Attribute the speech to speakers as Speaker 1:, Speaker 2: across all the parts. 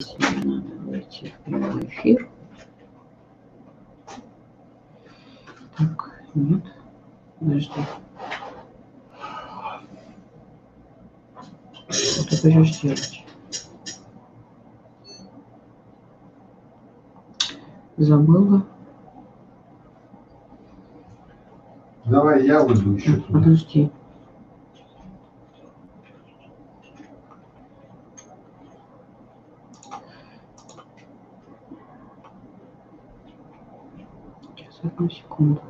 Speaker 1: Надо выйти в прямой эфир. Так, нет, подожди. Что ты будешь делать? Забыла.
Speaker 2: Давай я выйду еще.
Speaker 1: Подожди. Сейчас, одну секунду.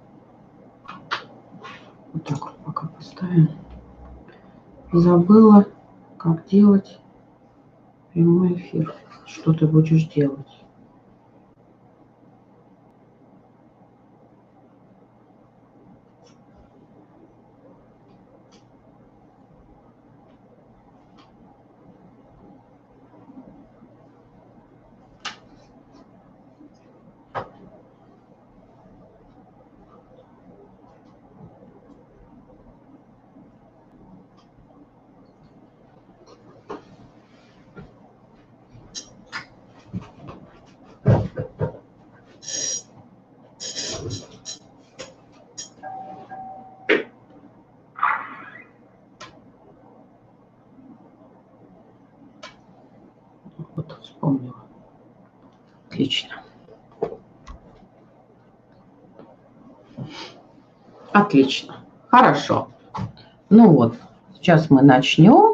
Speaker 1: Вот так вот пока поставим. Забыла, как делать прямой эфир. Что ты будешь делать? Вот, вспомнила. Отлично. Отлично. Хорошо. Ну вот, сейчас мы начнем.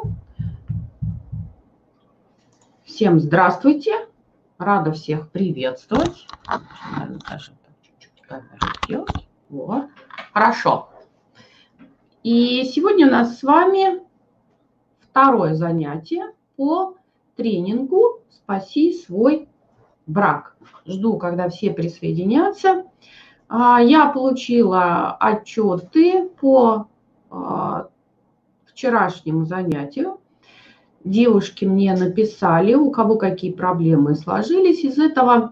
Speaker 1: Всем здравствуйте. Рада всех приветствовать. Наверное, даже чуть-чуть камеру сделать. Вот. Хорошо. И сегодня у нас с вами второе занятие по тренингу «Спаси свой брак». Жду, когда все присоединятся. Я получила отчеты по вчерашнему занятию. Девушки мне написали, у кого какие проблемы сложились. Из этого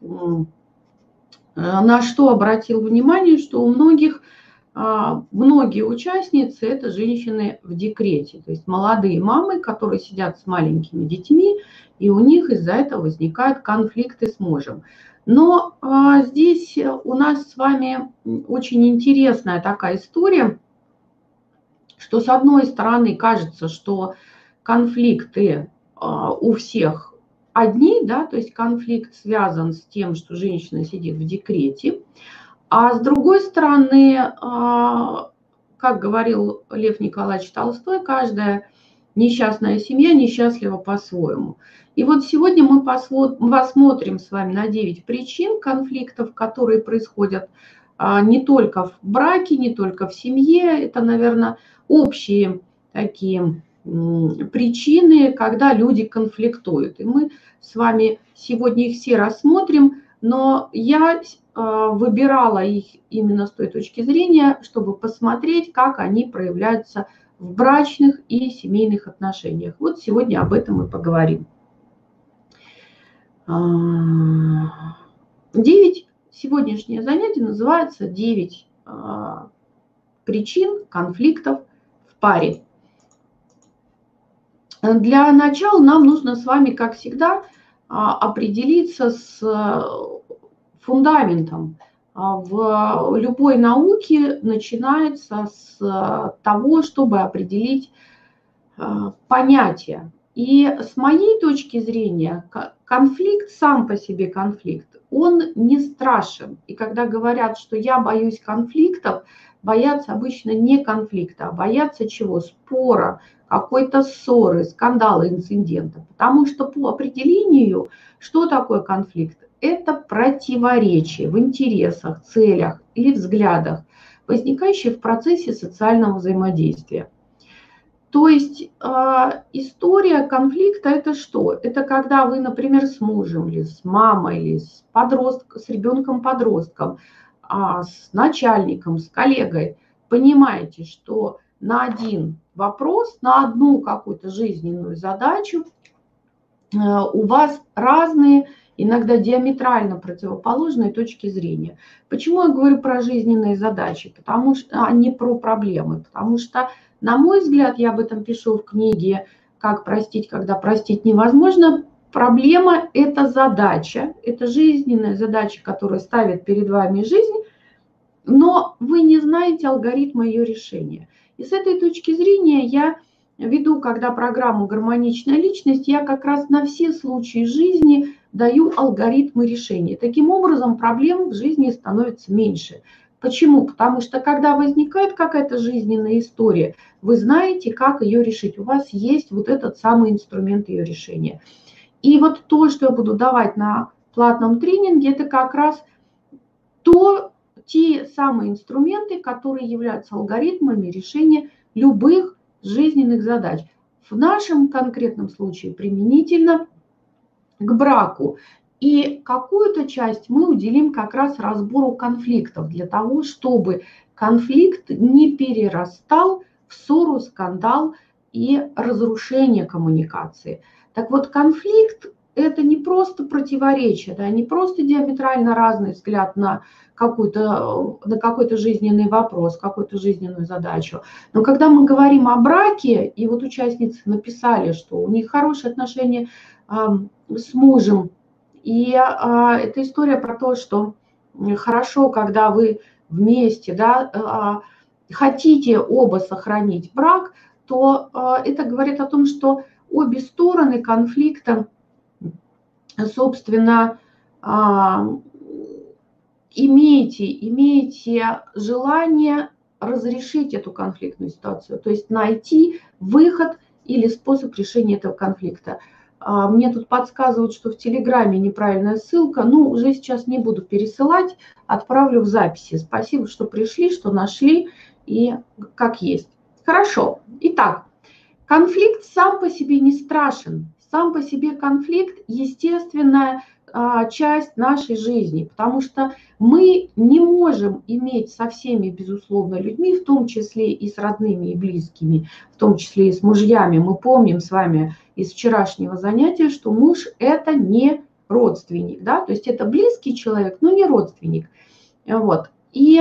Speaker 1: на что обратил внимание, что у многих, многие участницы – это женщины в декрете. То есть молодые мамы, которые сидят с маленькими детьми, и у них из-за этого возникают конфликты с мужем. Но здесь у нас с вами очень интересная такая история, что с одной стороны кажется, что конфликты у всех одни, да, то есть конфликт связан с тем, что женщина сидит в декрете, а с другой стороны, как говорил Лев Николаевич Толстой, каждая несчастная семья несчастлива по-своему. И вот сегодня мы посмотрим с вами на 9 причин конфликтов, которые происходят не только в браке, не только в семье. Это, наверное, общие такие причины, когда люди конфликтуют. И мы с вами сегодня их все рассмотрим, но я выбирала их именно с той точки зрения, чтобы посмотреть, как они проявляются в брачных и семейных отношениях. Вот сегодня об этом и поговорим. 9. Сегодняшнее занятие называется 9 причин конфликтов в паре. Для начала нам нужно с вами, как всегда, определиться с фундаментом. В любой науке начинается с того, чтобы определить понятие. И с моей точки зрения, конфликт, сам по себе конфликт, он не страшен. И когда говорят, что я боюсь конфликтов, боятся обычно не конфликта, а боятся чего? Спора, какой-то ссоры, скандала, инцидента. Потому что по определению, что такое конфликт? Это противоречие в интересах, целях или взглядах, возникающие в процессе социального взаимодействия. То есть история конфликта – это что? Это когда вы, например, с мужем или с мамой, или с ребенком-подростком, с начальником, с коллегой понимаете, что на один вопрос, на одну какую-то жизненную задачу у вас разные, иногда диаметрально противоположные точки зрения. Почему я говорю про жизненные задачи? Потому что, а не про проблемы. Потому что, на мой взгляд, я об этом пишу в книге «Как простить, когда простить невозможно». проблема – это задача, это жизненная задача, которая ставит перед вами жизнь, но вы не знаете алгоритма ее решения. И с этой точки зрения я веду, когда программу «Гармоничная личность», я как раз на все случаи жизни даю алгоритмы решения. Таким образом, проблем в жизни становится меньше. Почему? Потому что когда возникает какая-то жизненная история, вы знаете, как ее решить. У вас есть вот этот самый инструмент ее решения. И вот то, что я буду давать на платном тренинге, это как раз те самые инструменты, которые являются алгоритмами решения любых жизненных задач. В нашем конкретном случае применительно к браку. И какую-то часть мы уделим как раз разбору конфликтов, для того, чтобы конфликт не перерастал в ссору, скандал и разрушение коммуникации. Так вот, конфликт – это не просто противоречие, да, не просто диаметрально разный взгляд на какой-то жизненный вопрос, какую-то жизненную задачу. Но когда мы говорим о браке, и вот участницы написали, что у них хорошие отношения с мужем, и это история про то, что хорошо, когда вы вместе, да, хотите оба сохранить брак, то это говорит о том, что обе стороны конфликта, собственно, имеете желание разрешить эту конфликтную ситуацию, то есть найти выход или способ решения этого конфликта. Мне тут подсказывают, что в Телеграме неправильная ссылка. Ну, уже сейчас не буду пересылать, отправлю в записи. Спасибо, что пришли, что нашли и как есть. Хорошо. Итак, конфликт сам по себе не страшен. Сам по себе конфликт – естественная часть нашей жизни, потому что мы не можем иметь со всеми, безусловно, людьми, в том числе и с родными и близкими, в том числе и с мужьями. Мы помним с вами из вчерашнего занятия, что муж – это не родственник, да, то есть это близкий человек, но не родственник. Вот. И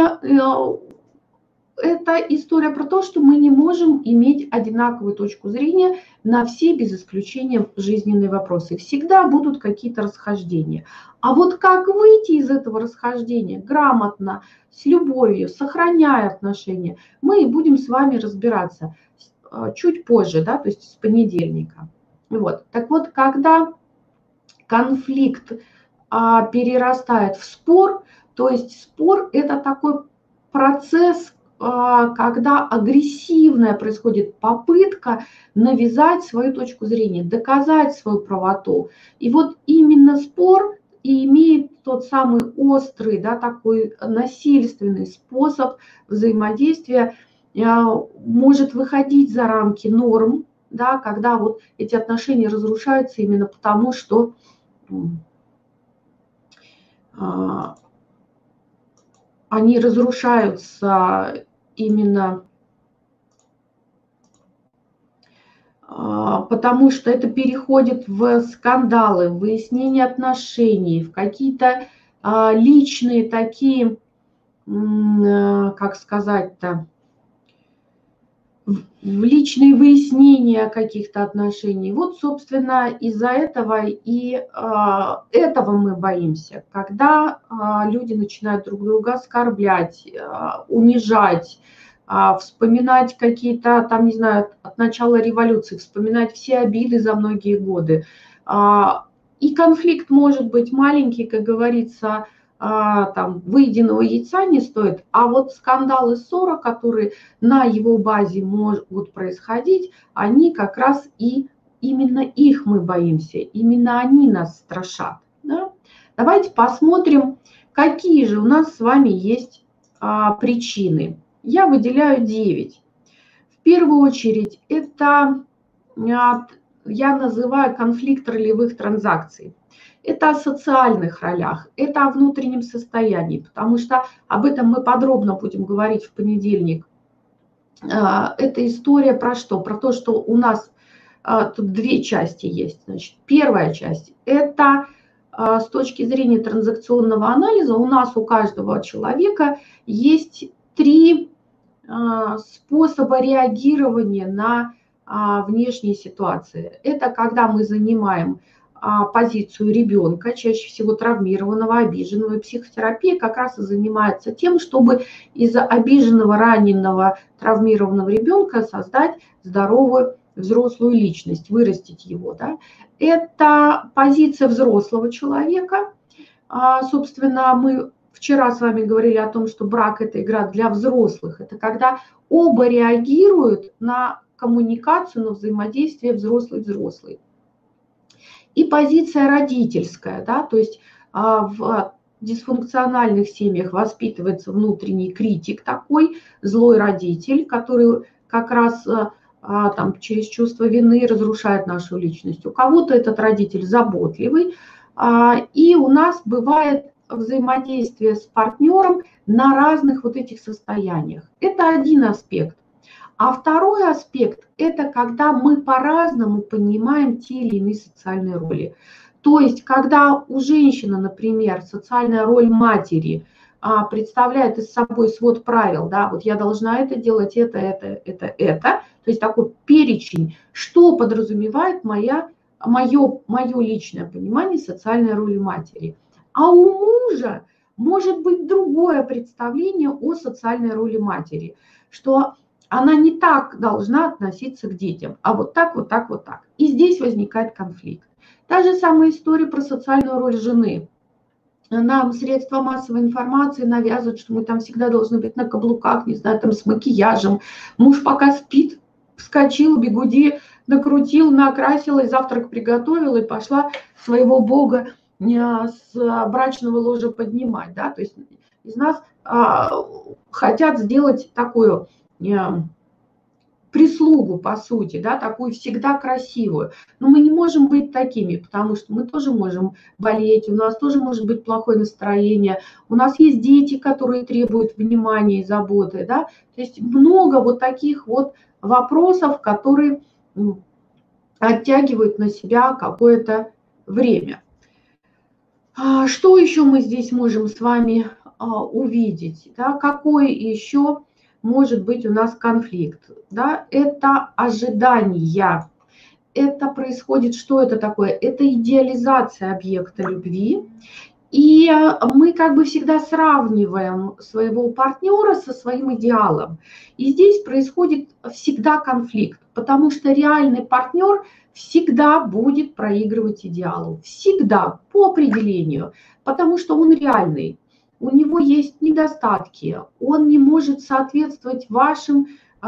Speaker 1: это история про то, что мы не можем иметь одинаковую точку зрения на все, без исключения, жизненные вопросы. Всегда будут какие-то расхождения. А вот как выйти из этого расхождения грамотно, с любовью, сохраняя отношения, мы и будем с вами разбираться чуть позже, да, то есть с понедельника. Вот. Так вот, когда конфликт перерастает в спор, то есть спор – это такой процесс, когда агрессивная происходит попытка навязать свою точку зрения, доказать свою правоту. И вот именно спор и имеет тот самый острый, да, такой насильственный способ взаимодействия, может выходить за рамки норм, да, когда вот эти отношения разрушаются именно потому, что они разрушаются именно потому, что это переходит в скандалы, в выяснение отношений, в какие-то личные такие, как сказать-то, в личные выяснения каких-то отношений. Вот, собственно, из-за этого и этого мы боимся, когда люди начинают друг друга оскорблять, унижать, вспоминать какие-то, там, не знаю, от начала революции, вспоминать все обиды за многие годы. И конфликт может быть маленький, как говорится, там, выеденного яйца не стоит, а вот скандалы, ссора, которые на его базе могут происходить, они как раз и именно их мы боимся, именно они нас страшат. Да? Давайте посмотрим, какие же у нас с вами есть причины. Я выделяю 9. В первую очередь, это я называю конфликт ролевых транзакций. Это о социальных ролях, это о внутреннем состоянии, потому что об этом мы подробно будем говорить в понедельник. Это история про что? Про то, что у нас тут две части есть. Значит, первая часть – это с точки зрения транзакционного анализа у нас у каждого человека есть 3 способа реагирования на внешние ситуации. Это когда мы занимаем позицию ребенка, чаще всего травмированного, обиженного. И психотерапия как раз и занимается тем, чтобы из обиженного, раненого, травмированного ребенка создать здоровую взрослую личность, вырастить его. Да? Это позиция взрослого человека. Собственно, мы вчера с вами говорили о том, что брак – это игра для взрослых. Это когда оба реагируют на коммуникацию, на взаимодействие взрослый-взрослый. И позиция родительская, да, то есть в дисфункциональных семьях воспитывается внутренний критик такой, злой родитель, который как раз там, через чувство вины разрушает нашу личность. У кого-то этот родитель заботливый, и у нас бывает взаимодействие с партнером на разных вот этих состояниях. Это один аспект. А второй аспект – это когда мы по-разному понимаем те или иные социальные роли. То есть, когда у женщины, например, социальная роль матери представляет из собой свод правил, да, вот я должна это делать, это, то есть такой перечень, что подразумевает мое личное понимание социальной роли матери. А у мужа может быть другое представление о социальной роли матери, что она не так должна относиться к детям, а вот так, вот так, вот так. И здесь возникает конфликт. Та же самая история про социальную роль жены. Нам средства массовой информации навязывают, что мы там всегда должны быть на каблуках, не знаю, там с макияжем. Муж пока спит, вскочил, бигуди накрутил, накрасила, завтрак приготовила и пошла своего бога с брачного ложа поднимать. Да? То есть из нас хотят сделать такую прислугу, по сути, да, такую всегда красивую. Но мы не можем быть такими, потому что мы тоже можем болеть, у нас тоже может быть плохое настроение, у нас есть дети, которые требуют внимания и заботы, да, то есть много вот таких вот вопросов, которые оттягивают на себя какое-то время. Что еще мы здесь можем с вами увидеть, да, какой еще может быть у нас конфликт, да, это ожидания. Это происходит, что это такое? Это идеализация объекта любви. И мы как бы всегда сравниваем своего партнера со своим идеалом. И здесь происходит всегда конфликт, потому что реальный партнер всегда будет проигрывать идеалу. Всегда, по определению, потому что он реальный. У него есть недостатки, он не может соответствовать вашим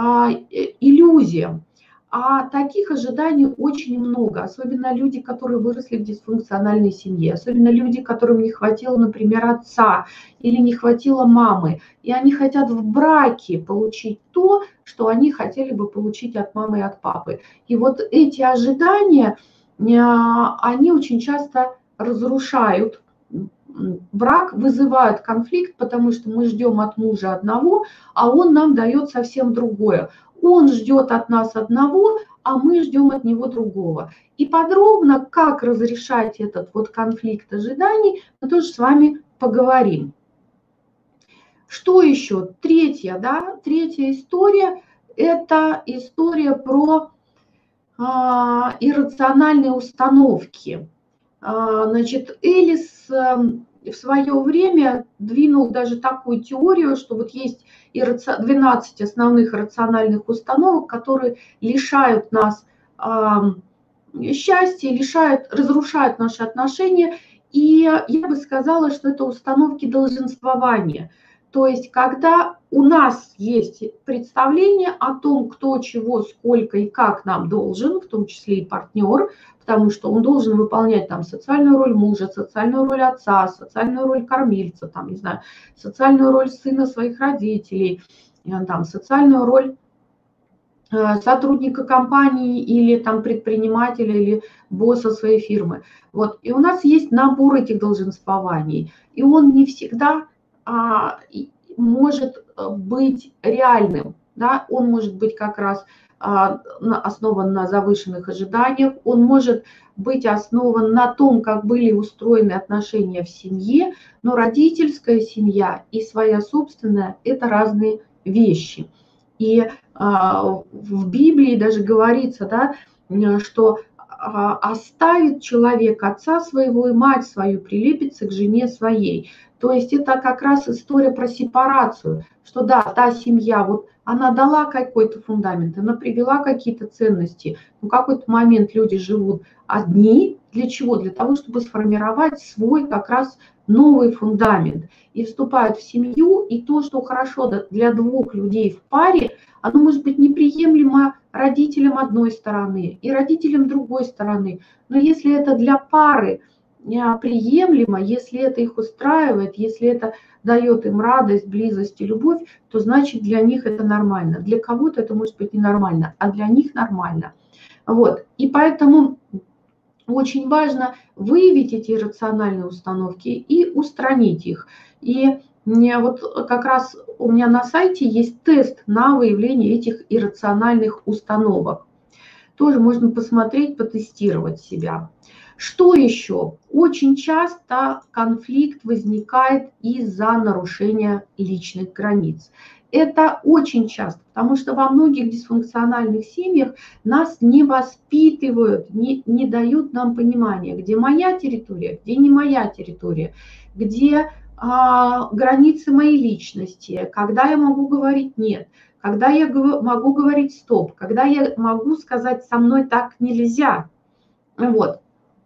Speaker 1: иллюзиям. А таких ожиданий очень много, особенно люди, которые выросли в дисфункциональной семье, особенно люди, которым не хватило, например, отца или не хватило мамы, и они хотят в браке получить то, что они хотели бы получить от мамы и от папы. И вот эти ожидания, они очень часто разрушают брак, вызывают конфликт, потому что мы ждем от мужа одного, а он нам дает совсем другое. Он ждет от нас одного, а мы ждем от него другого. И подробно, как разрешать этот вот конфликт ожиданий, мы тоже с вами поговорим. Что еще? Третья история – это история про иррациональные установки. Значит, Эллис в свое время двинул даже такую теорию, что вот есть 12 основных рациональных установок, которые лишают нас счастья, разрушают наши отношения. И я бы сказала, что это установки долженствования. То есть, когда у нас есть представление о том, кто чего, сколько и как нам должен, в том числе и партнер, потому что он должен выполнять там социальную роль мужа, социальную роль отца, социальную роль кормильца, там, не знаю, социальную роль сына своих родителей, там, социальную роль сотрудника компании или там предпринимателя или босса своей фирмы. Вот. И у нас есть набор этих долженствований, и он не всегда может быть реальным. Да? Он может быть как раз основан на завышенных ожиданиях, он может быть основан на том, как были устроены отношения в семье, но родительская семья и своя собственная – это разные вещи. И в Библии даже говорится, да, что оставит человек отца своего и мать свою, прилепится к жене своей. То есть это как раз история про сепарацию, что да, та семья, вот она дала какой-то фундамент, она привела какие-то ценности. Но в какой-то момент люди живут одни. Для чего? Для того, чтобы сформировать свой как раз новый фундамент. И вступают в семью, и то, что хорошо для двух людей в паре, оно может быть неприемлемо родителям одной стороны и родителям другой стороны. Но если это для пары приемлемо, если это их устраивает, если это дает им радость, близость и любовь, то значит для них это нормально. Для кого-то это может быть ненормально, а для них нормально. Вот. И поэтому очень важно выявить эти иррациональные установки и устранить их. И вот как раз у меня на сайте есть тест на выявление этих иррациональных установок. Тоже можно посмотреть, потестировать себя. Что еще? Очень часто конфликт возникает из-за нарушения личных границ. Это очень часто, потому что во многих дисфункциональных семьях нас не воспитывают, не дают нам понимания, где моя территория, где не моя территория, где границы моей личности, когда я могу говорить «нет», когда я могу говорить «стоп», когда я могу сказать «со мной так нельзя». Вот.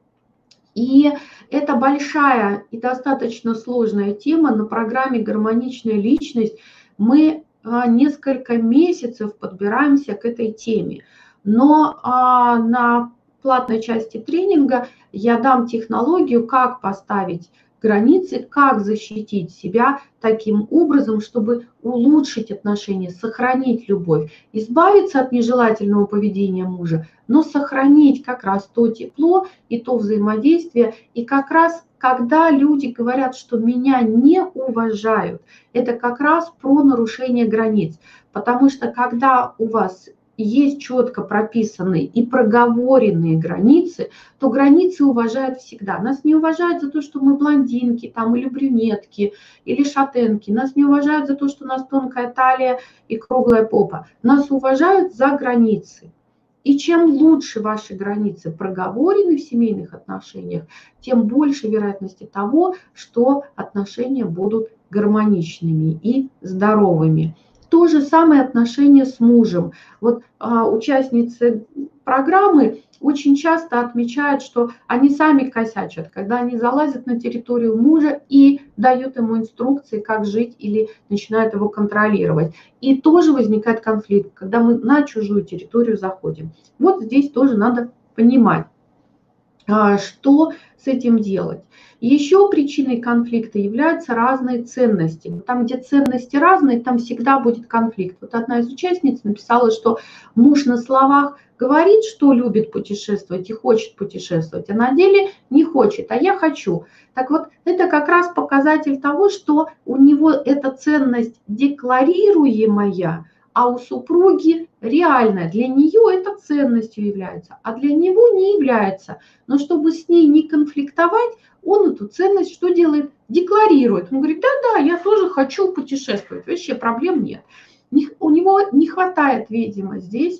Speaker 1: И это большая и достаточно сложная тема. На программе «Гармоничная личность» мы несколько месяцев подбираемся к этой теме. Но на платной части тренинга я дам технологию, как поставить границы, как защитить себя таким образом, чтобы улучшить отношения, сохранить любовь, избавиться от нежелательного поведения мужа, но сохранить как раз то тепло и то взаимодействие. И как раз, когда люди говорят, что меня не уважают, это как раз про нарушение границ. Потому что когда у вас есть четко прописанные и проговоренные границы, то границы уважают всегда. Нас не уважают за то, что мы блондинки там, или брюнетки, или шатенки. Нас не уважают за то, что у нас тонкая талия и круглая попа. Нас уважают за границы. И чем лучше ваши границы проговорены в семейных отношениях, тем больше вероятности того, что отношения будут гармоничными и здоровыми. То же самое отношение с мужем. Вот участницы программы очень часто отмечают, что они сами косячат, когда они залазят на территорию мужа и дают ему инструкции, как жить, или начинают его контролировать. И тоже возникает конфликт, когда мы на чужую территорию заходим. Вот здесь тоже надо понимать, что с этим делать. Еще причиной конфликта являются разные ценности. Там, где ценности разные, там всегда будет конфликт. Вот одна из участниц написала, что муж на словах говорит, что любит путешествовать и хочет путешествовать, а на деле не хочет, а я хочу. Так вот, это как раз показатель того, что у него эта ценность декларируемая, а у супруги реальная. Для нее это ценностью является, а для него не является. Но чтобы с ней не конфликтовать, он эту ценность что делает? Декларирует. Он говорит, да-да, я тоже хочу путешествовать, вообще проблем нет. У него не хватает, видимо, здесь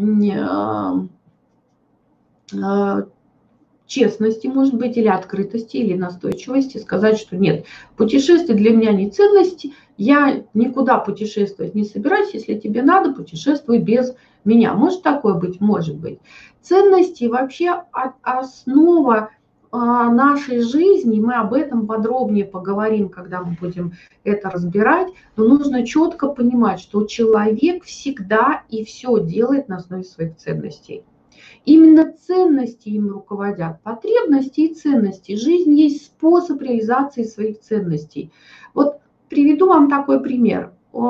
Speaker 1: честности, может быть, или открытости, или настойчивости, сказать, что нет, путешествие для меня не ценность, я никуда путешествовать не собираюсь, если тебе надо, путешествуй без меня. Может такое быть? Может быть. Ценности вообще основа нашей жизни, мы об этом подробнее поговорим, когда мы будем это разбирать, но нужно четко понимать, что человек всегда и все делает на основе своих ценностей. Именно ценности им руководят, потребности и ценности. Жизнь есть способ реализации своих ценностей. Вот приведу вам такой пример.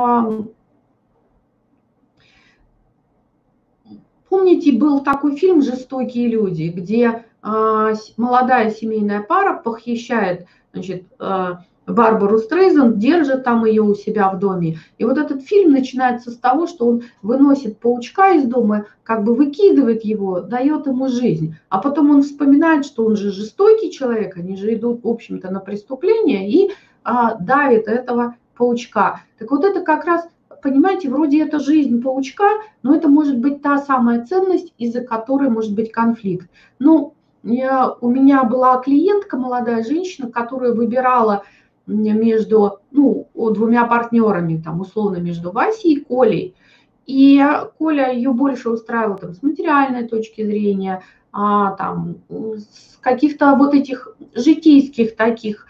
Speaker 1: Помните, был такой фильм «Жестокие люди», где молодая семейная пара похищает, значит, Барбару Стрейзанд, держит там ее у себя в доме. И вот этот фильм начинается с того, что он выносит паучка из дома, как бы выкидывает его, дает ему жизнь. А потом он вспоминает, что он же жестокий человек, они же идут, в общем-то, на преступление и давит этого паучка. Так вот это как раз понимаете, вроде это жизнь паучка, но это может быть та самая ценность, из-за которой может быть конфликт. Ну, у меня была клиентка, молодая женщина, которая выбирала между, ну, двумя партнерами, там, условно, между Васей и Колей. И Коля ее больше устраивал там, с материальной точки зрения, там, с каких-то вот этих житейских таких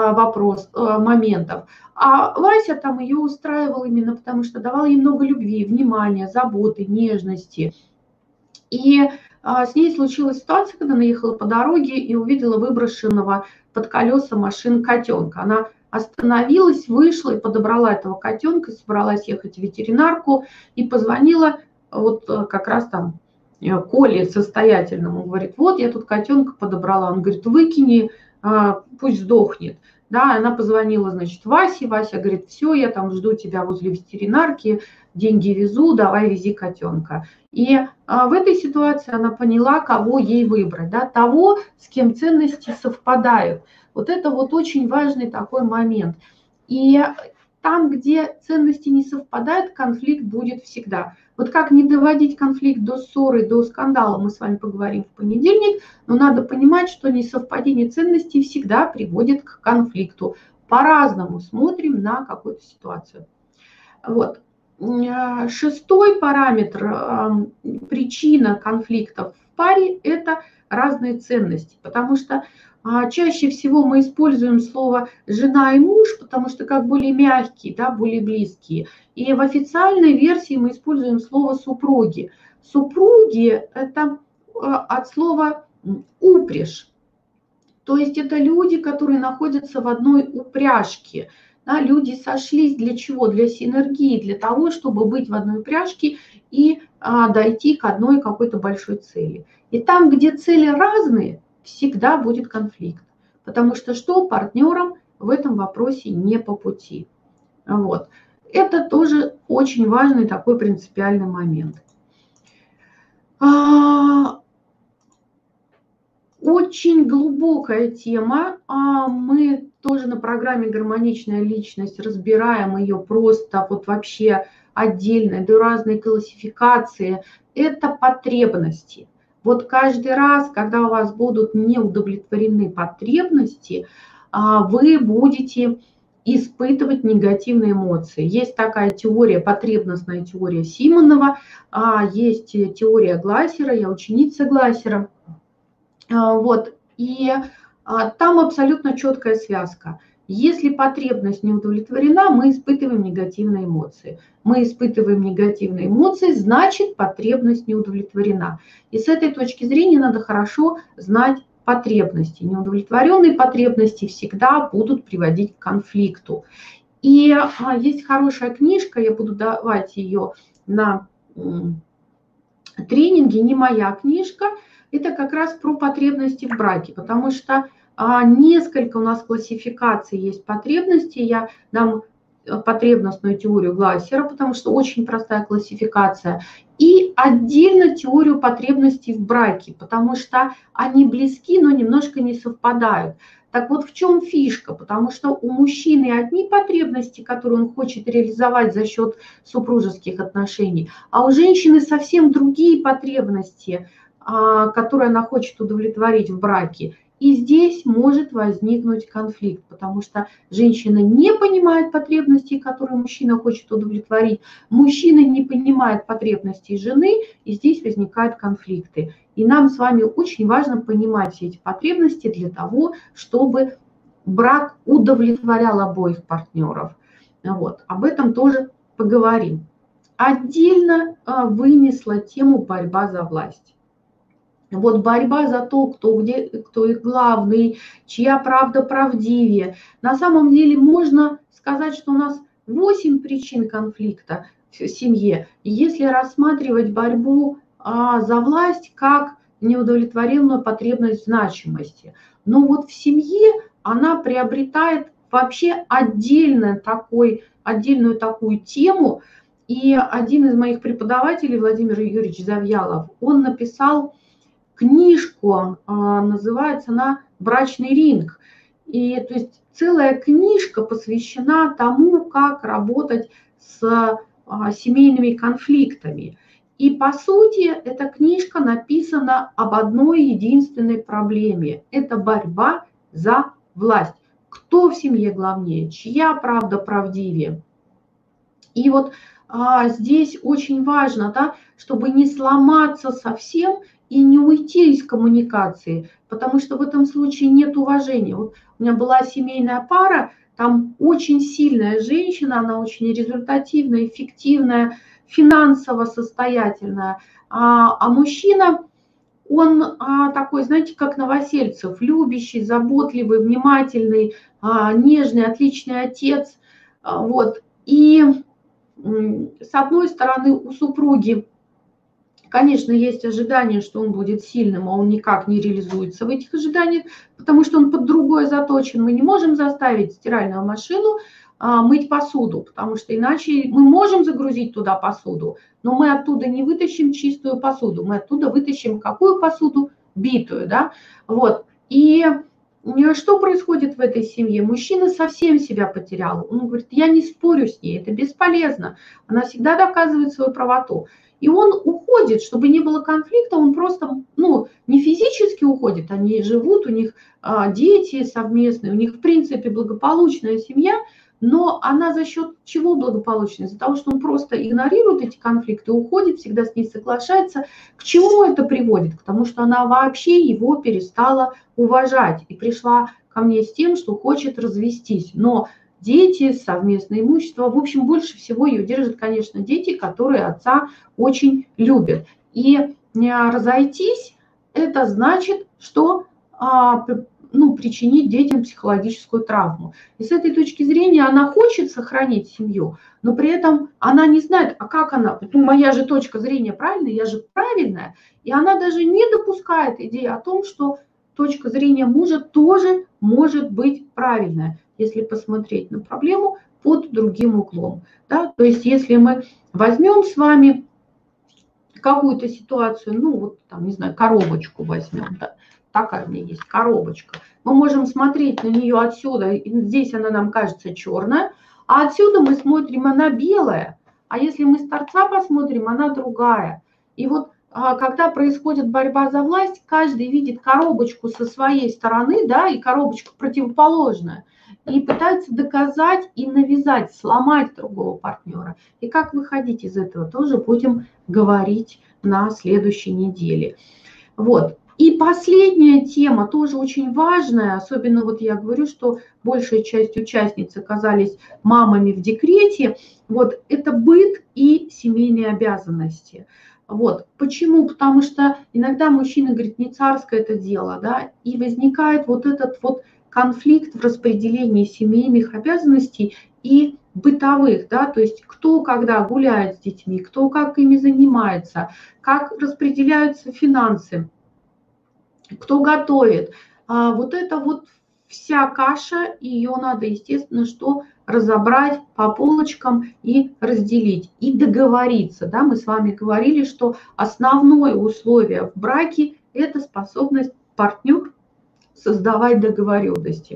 Speaker 1: моментов. А Вася там ее устраивал именно потому, что давал ей много любви, внимания, заботы, нежности. И с ней случилась ситуация, когда она ехала по дороге и увидела выброшенного под колеса машин котенка. Она остановилась, вышла и подобрала этого котенка, собралась ехать в ветеринарку и позвонила вот как раз там Коле состоятельному. Говорит, вот я тут котенка подобрала. Он говорит, выкини, пусть сдохнет. Да, она позвонила, значит, Васе. Вася говорит, все, я там жду тебя возле ветеринарки, деньги везу, давай вези котенка. И в этой ситуации она поняла, кого ей выбрать, да, того, с кем ценности совпадают. Вот это вот очень важный такой момент. И там, где ценности не совпадают, конфликт будет всегда. Вот как не доводить конфликт до ссоры, до скандала, мы с вами поговорим в понедельник, но надо понимать, что несовпадение ценностей всегда приводит к конфликту. По-разному смотрим на какую-то ситуацию. Вот. Шестой параметр, причина конфликтов в паре – это разные ценности, потому что чаще всего мы используем слово «жена» и «муж», потому что как более мягкие, да, более близкие. И в официальной версии мы используем слово «супруги». Супруги – это от слова «упряжь», то есть это люди, которые находятся в одной упряжке. Да, люди сошлись для чего? Для синергии, для того, чтобы быть в одной упряжке и дойти к одной какой-то большой цели. И там, где цели разные, всегда будет конфликт. Потому что что партнерам в этом вопросе не по пути. Вот. Это тоже очень важный такой принципиальный момент. Очень глубокая тема. Мы тоже на программе «Гармоничная личность» разбираем ее просто вот вообще отдельно, до разной классификации. Это потребности. Вот каждый раз, когда у вас будут неудовлетворены потребности, вы будете испытывать негативные эмоции. Есть такая теория, потребностная теория Симонова, есть теория Глассера, я ученица Глассера. Вот. И там абсолютно четкая связка. Если потребность не удовлетворена, мы испытываем негативные эмоции. Мы испытываем негативные эмоции, значит, потребность не удовлетворена. И с этой точки зрения надо хорошо знать потребности. Неудовлетворенные потребности всегда будут приводить к конфликту. И есть хорошая книжка, я буду давать ее на тренинге, не моя книжка, это как раз про потребности в браке, потому что несколько у нас классификаций есть потребностей. Я дам потребностную теорию Глассера, потому что очень простая классификация, и отдельно теорию потребностей в браке, потому что они близки, но немножко не совпадают. Так вот, в чем фишка? Потому что у мужчины одни потребности, которые он хочет реализовать за счет супружеских отношений, а у женщины совсем другие потребности, которые она хочет удовлетворить в браке. И здесь может возникнуть конфликт, потому что женщина не понимает потребностей, которые мужчина хочет удовлетворить, мужчина не понимает потребностей жены, и здесь возникают конфликты. И нам с вами очень важно понимать все эти потребности для того, чтобы брак удовлетворял обоих партнеров. Вот. Об этом тоже поговорим. Отдельно вынесла тему борьба за власть. Вот борьба за то, кто их главный, чья правда правдивее. На самом деле можно сказать, что у нас 8 причин конфликта в семье. Если рассматривать борьбу за власть как неудовлетворенную потребность в значимости. Но вот в семье она приобретает вообще отдельную такую тему. И один из моих преподавателей, Владимир Юрьевич Завьялов, он написал книжку, называется она «Брачный ринг». И то есть целая книжка посвящена тому, как работать с семейными конфликтами. И, по сути, эта книжка написана об одной единственной проблеме. Это борьба за власть. Кто в семье главнее, чья правда правдивее. И вот здесь очень важно, да, чтобы не сломаться совсем и не уйти из коммуникации, потому что в этом случае нет уважения. Вот у меня была семейная пара, там очень сильная женщина, она очень результативная, эффективная, финансово состоятельная, а мужчина, он такой, знаете, как Новосельцев, любящий, заботливый, внимательный, нежный, отличный отец. Вот. И с одной стороны, у супруги, конечно, есть ожидание, что он будет сильным, а он никак не реализуется в этих ожиданиях, потому что он под другое заточен. Мы не можем заставить стиральную машину мыть посуду, потому что иначе мы можем загрузить туда посуду, но мы оттуда не вытащим чистую посуду, мы оттуда вытащим какую посуду? Битую, да? Вот. И что происходит в этой семье? Мужчина совсем себя потерял. Он говорит, я не спорю с ней, это бесполезно. Она всегда доказывает свою правоту. И он уходит, чтобы не было конфликта, он просто, не физически уходит, они живут, у них дети совместные, у них, в принципе, благополучная семья, но она за счет чего благополучная? Из-за того, что он просто игнорирует эти конфликты, уходит, всегда с ней соглашается. К чему это приводит? К тому, что она вообще его перестала уважать и пришла ко мне с тем, что хочет развестись. Но дети, совместное имущество, в общем, больше всего ее держат, конечно, дети, которые отца очень любят. И разойтись, это значит, что причинить детям психологическую травму. И с этой точки зрения она хочет сохранить семью, но при этом она не знает, а как она, моя же точка зрения правильная, я же правильная, и она даже не допускает идеи о том, что точка зрения мужа тоже может быть правильная, если посмотреть на проблему под другим углом. Да? То есть если мы возьмем с вами какую-то ситуацию, коробочку возьмем, да? Такая у меня есть коробочка. Мы можем смотреть на нее отсюда, здесь она нам кажется черная, а отсюда мы смотрим, она белая. А если мы с торца посмотрим, она другая. И вот когда происходит борьба за власть, каждый видит коробочку со своей стороны, да, и коробочку противоположную, и пытается доказать и навязать, сломать другого партнера. И как выходить из этого, тоже будем говорить на следующей неделе. Вот. И последняя тема, тоже очень важная, особенно вот я говорю, что большая часть участниц оказались мамами в декрете, вот, это быт и семейные обязанности. Вот. Почему? Потому что иногда мужчина говорит, не царское это дело, да, и возникает вот этот вот конфликт в распределении семейных обязанностей и бытовых, да, то есть кто когда гуляет с детьми, кто как ими занимается, как распределяются финансы, кто готовит. Вот это вот вся каша, ее надо, естественно, что разобрать по полочкам и разделить, и договориться. Да? Мы с вами говорили, что основное условие в браке – это способность партнера создавать договоренности.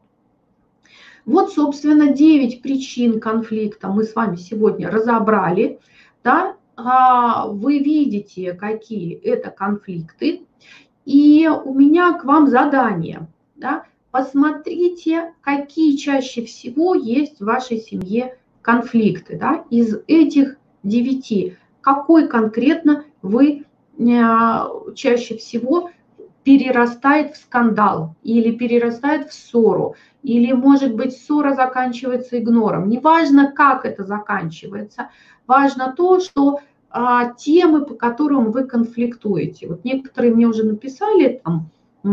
Speaker 1: Вот, собственно, 9 причин конфликта мы с вами сегодня разобрали. Да? Вы видите, какие это конфликты. И у меня к вам задание. Да? Посмотрите, какие чаще всего есть в вашей семье конфликты. Да? Из этих 9, какой конкретно вы чаще всего перерастает в скандал или перерастает в ссору, или, может быть, ссора заканчивается игнором. Неважно, как это заканчивается, важно то, что темы, по которым вы конфликтуете. Вот некоторые мне уже написали там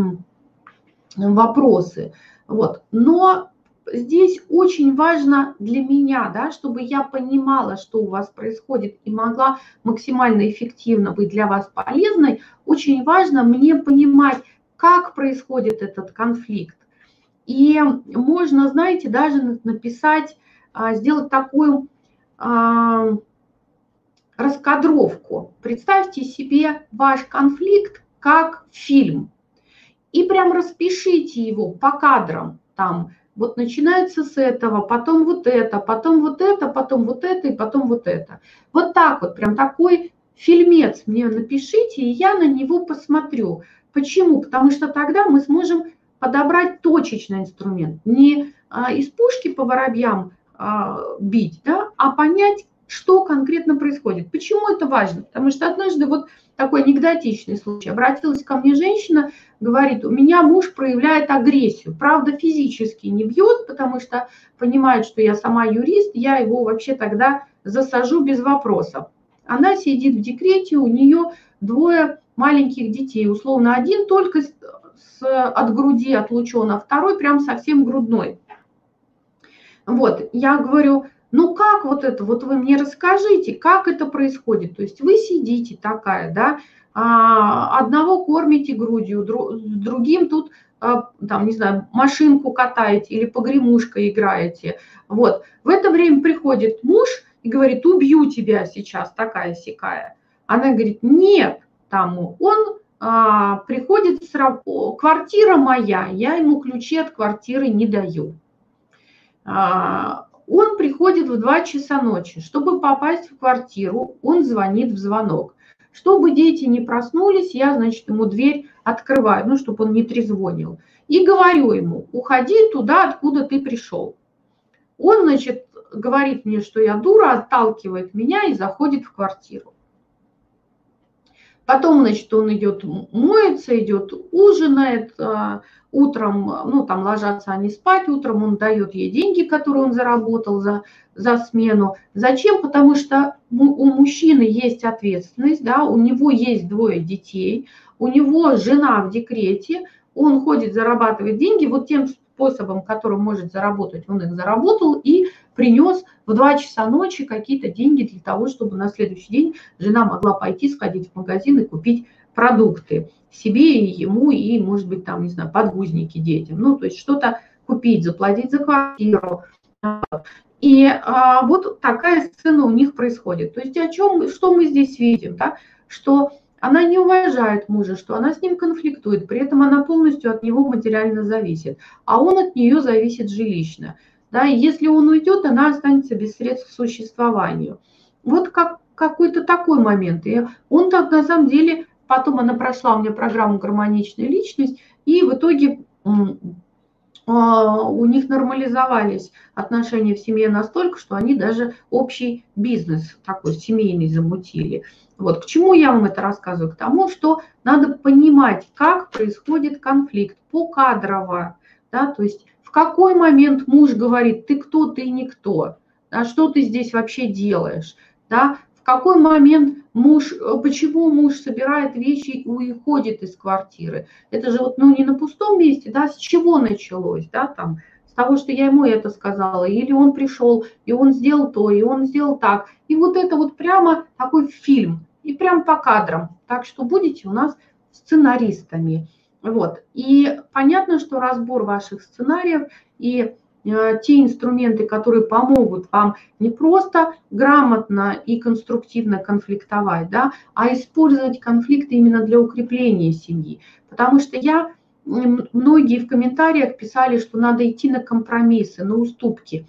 Speaker 1: вопросы. Вот. Но здесь очень важно для меня, да, чтобы я понимала, что у вас происходит, и могла максимально эффективно быть для вас полезной, очень важно мне понимать, как происходит этот конфликт. И можно, знаете, даже написать, сделать такую раскадровку. Представьте себе ваш конфликт как фильм. И прям распишите его по кадрам. Там вот начинается с этого, потом вот это, потом вот это, потом вот это и потом вот это. Вот так вот, прям такой фильмец мне напишите, и я на него посмотрю. Почему? Потому что тогда мы сможем подобрать точечный инструмент. Не из пушки по воробьям бить, да, а понять, что конкретно происходит. Почему это важно? Потому что однажды вот такой анекдотичный случай. Обратилась ко мне женщина, говорит, у меня муж проявляет агрессию. Правда, физически не бьет, потому что понимает, что я сама юрист, я его вообще тогда засажу без вопросов. Она сидит в декрете, у нее 2 маленьких детей. Условно, один только от груди отлучен, а второй прям совсем грудной. Вот, я говорю, ну как вот это, вот вы мне расскажите, как это происходит. То есть вы сидите такая, да, одного кормите грудью, с другим тут, там, не знаю, машинку катаете или погремушкой играете. Вот, в это время приходит муж и говорит, убью тебя сейчас, такая-сякая. Она говорит, нет, там он приходит с работы, квартира моя, я ему ключи от квартиры не даю. Он приходит в 2 часа ночи. Чтобы попасть в квартиру, он звонит в звонок. Чтобы дети не проснулись, я, значит, ему дверь открываю, ну, чтобы он не трезвонил. И говорю ему, уходи туда, откуда ты пришел. Он, значит, говорит мне, что я дура, отталкивает меня и заходит в квартиру. Потом, значит, он идет моется, идет ужинает, утром, ну, там ложатся они спать, утром он дает ей деньги, которые он заработал за смену. Зачем? Потому что у мужчины есть ответственность, да, у него есть 2 детей, у него жена в декрете, он ходит, зарабатывает деньги, вот тем способом, которым может заработать, он их заработал и принес в 2 часа ночи какие-то деньги для того, чтобы на следующий день жена могла пойти, сходить в магазин и купить продукты себе и ему, и, может быть, там, не знаю, подгузники детям. Ну, то есть что-то купить, заплатить за квартиру. И вот такая сцена у них происходит. То есть что мы здесь видим, да? Что она не уважает мужа, что она с ним конфликтует, при этом она полностью от него материально зависит, а он от нее зависит жилищно. Да, и если он уйдет, она останется без средств к существованию. Вот какой-то такой момент. И он так на самом деле, потом она прошла у меня программу «Гармоничная личность», и в итоге у них нормализовались отношения в семье настолько, что они даже общий бизнес такой семейный замутили. Вот к чему я вам это рассказываю? К тому, что надо понимать, как происходит конфликт покадрово, да, то есть в какой момент муж говорит, ты кто, ты никто, да, что ты здесь вообще делаешь, да, в какой момент почему муж собирает вещи и уходит из квартиры. Это же вот, ну, не на пустом месте, да, с чего началось, да, там, с того, что я ему это сказала, или он пришел, и он сделал то, и он сделал так. И вот это вот прямо такой фильм, и прям по кадрам. Так что будете у нас сценаристами. Вот. И понятно, что разбор ваших сценариев и те инструменты, которые помогут вам не просто грамотно и конструктивно конфликтовать, да, а использовать конфликты именно для укрепления семьи. Потому что многие в комментариях писали, что надо идти на компромиссы, на уступки.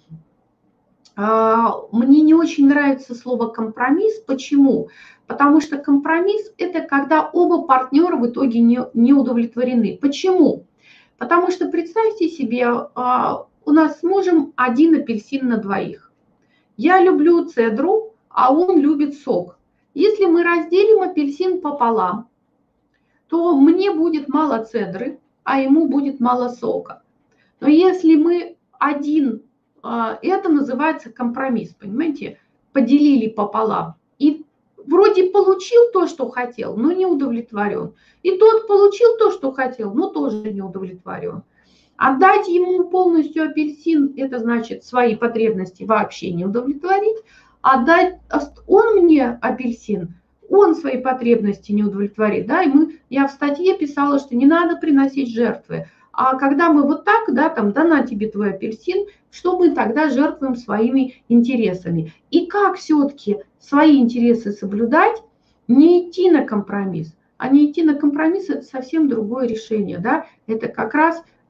Speaker 1: Мне не очень нравится слово «компромисс». Почему? Потому что компромисс – это когда оба партнера в итоге не удовлетворены. Почему? Потому что представьте себе, у нас с мужем 1 апельсин на 2. Я люблю цедру, а он любит сок. Если мы разделим апельсин пополам, то мне будет мало цедры, а ему будет мало сока. Но если мы это называется компромисс, понимаете, поделили пополам. И вроде получил то, что хотел, но не удовлетворен. И тот получил то, что хотел, но тоже не удовлетворен. Отдать ему полностью апельсин, это значит свои потребности вообще не удовлетворить. Он мне апельсин, он свои потребности не удовлетворит. Да? Я в статье писала, что не надо приносить жертвы. А когда мы вот так, да, там, да на тебе твой апельсин, что мы тогда жертвуем своими интересами? И как все-таки свои интересы соблюдать, не идти на компромисс? А не идти на компромисс – это совсем другое решение, да? Это как раз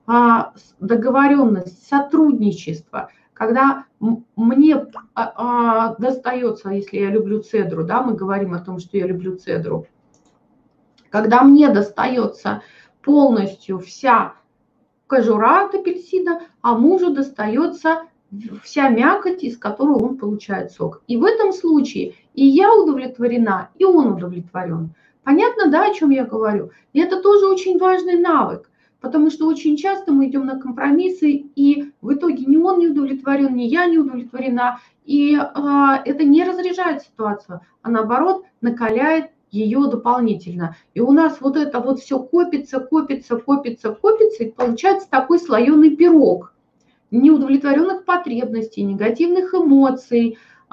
Speaker 1: договоренность, сотрудничество, когда мне достается, если я люблю цедру, да, мы говорим о том, что я люблю цедру, когда мне достается полностью вся кожура от апельсина, а мужу достается вся мякоть, из которой он получает сок. И в этом случае и я удовлетворена, и он удовлетворен. Понятно, да, о чем я говорю? И это тоже очень важный навык, потому что очень часто мы идем на компромиссы, и в итоге ни он не удовлетворен, ни я не удовлетворена. И это не разряжает ситуацию, а наоборот накаляет ее дополнительно. И у нас вот это вот все копится, копится, копится, копится, и получается такой слоеный пирог неудовлетворенных потребностей, негативных эмоций,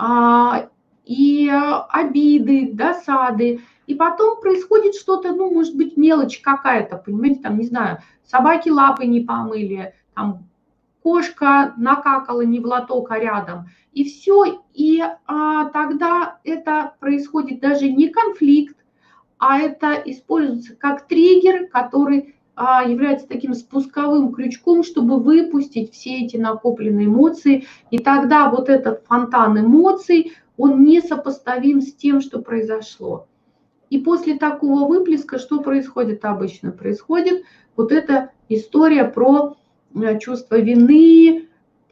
Speaker 1: и обиды, досады. И потом происходит что-то, ну, может быть, мелочь какая-то, понимаете, там, не знаю, собаки лапы не помыли, там, кошка накакала не в лоток, а рядом. И все, и тогда это происходит даже не конфликт, а это используется как триггер, который является таким спусковым крючком, чтобы выпустить все эти накопленные эмоции. И тогда вот этот фонтан эмоций, он несопоставим с тем, что произошло. И после такого выплеска что происходит обычно? Происходит вот эта история про чувство вины,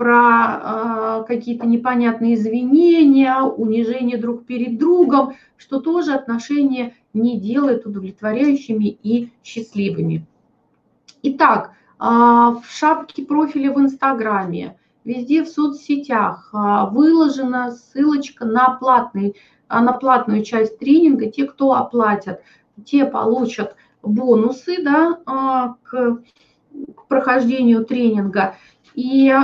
Speaker 1: про какие-то непонятные извинения, унижение друг перед другом, что тоже отношения не делает удовлетворяющими и счастливыми. Итак, в шапке профиля в Инстаграме, везде в соцсетях выложена ссылочка на платную часть тренинга. Те, кто оплатят, те получат бонусы, да, к прохождению тренинга. И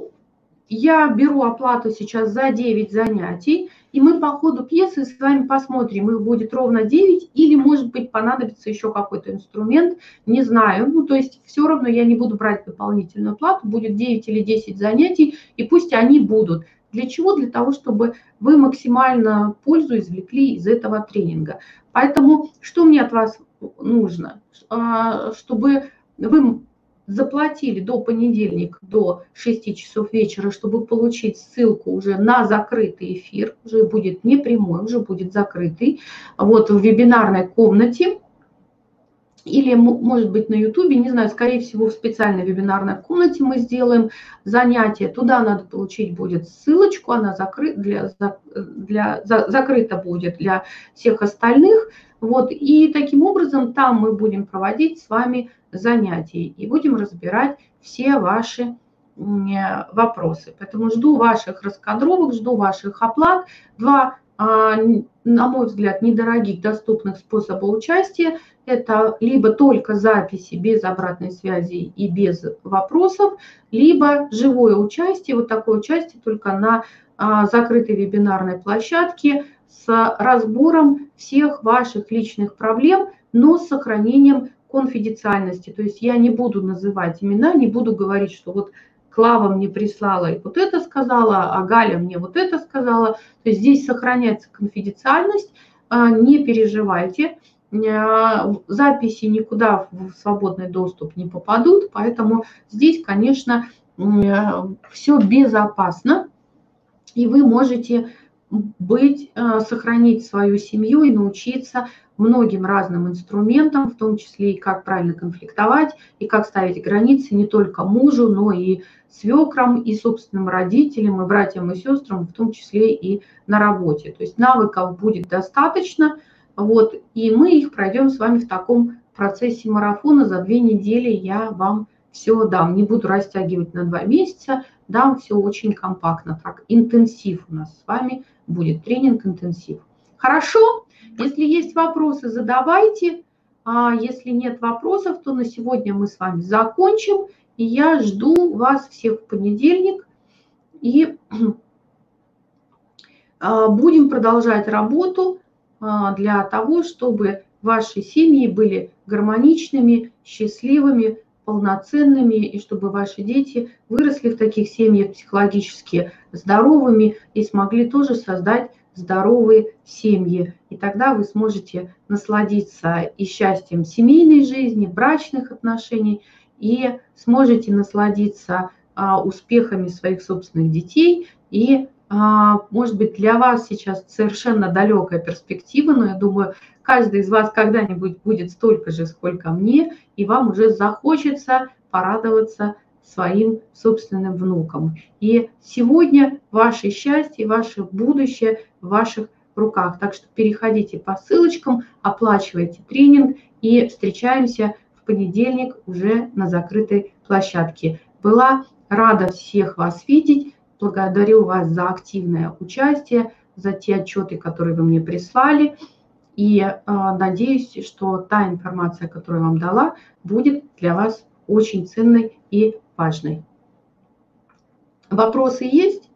Speaker 1: я беру оплату сейчас за 9 занятий, и мы по ходу пьесы с вами посмотрим, их будет ровно 9, или, может быть, понадобится еще какой-то инструмент, не знаю. Ну, то есть все равно я не буду брать дополнительную плату, будет 9 или 10 занятий, и пусть они будут. Для чего? Для того, чтобы вы максимально пользу извлекли из этого тренинга. Поэтому что мне от вас нужно? Чтобы вы заплатили до понедельника, до 6 часов вечера, чтобы получить ссылку уже на закрытый эфир, уже будет не прямой, уже будет закрытый, вот в вебинарной комнате, или, может быть, на Ютубе, не знаю, скорее всего, в специальной вебинарной комнате мы сделаем занятие. Туда надо получить будет ссылочку, она закрыта будет для всех остальных. Вот, и таким образом там мы будем проводить с вами занятия и будем разбирать все ваши вопросы. Поэтому жду ваших раскадровок, жду ваших оплат. Два, на мой взгляд, недорогих доступных способа участия. Это либо только записи без обратной связи и без вопросов, либо живое участие, вот такое участие только на закрытой вебинарной площадке с разбором всех ваших личных проблем, но с сохранением конфиденциальности. То есть я не буду называть имена, не буду говорить, что вот Клава мне прислала и вот это сказала, а Галя мне вот это сказала. То есть здесь сохраняется конфиденциальность, не переживайте. Записи никуда в свободный доступ не попадут, поэтому здесь, конечно, все безопасно, и вы можете сохранить свою семью и научиться многим разным инструментам, в том числе и как правильно конфликтовать, и как ставить границы не только мужу, но и свекрам, и собственным родителям, и братьям, и сестрам, в том числе и на работе. То есть навыков будет достаточно, вот, и мы их пройдем с вами в таком процессе марафона. За 2 недели я вам все дам. Не буду растягивать на 2 месяца, дам все очень компактно. Так, интенсив у нас с вами будет, тренинг-интенсив. Хорошо? Если есть вопросы, задавайте. Если нет вопросов, то на сегодня мы с вами закончим. И я жду вас всех в понедельник. И будем продолжать работу для того, чтобы ваши семьи были гармоничными, счастливыми, полноценными, и чтобы ваши дети выросли в таких семьях психологически здоровыми и смогли тоже создать здоровые семьи. И тогда вы сможете насладиться и счастьем семейной жизни, брачных отношений, и сможете насладиться успехами своих собственных детей. И, может быть, для вас сейчас совершенно далекая перспектива, но я думаю, каждый из вас когда-нибудь будет столько же, сколько мне, и вам уже захочется порадоваться своим собственным внукам. И сегодня ваше счастье, ваше будущее в ваших руках. Так что переходите по ссылочкам, оплачивайте тренинг и встречаемся в понедельник уже на закрытой площадке. Была рада всех вас видеть. Благодарю вас за активное участие, за те отчеты, которые вы мне прислали. И надеюсь, что та информация, которую я вам дала, будет для вас очень ценной и важной. Вопросы есть?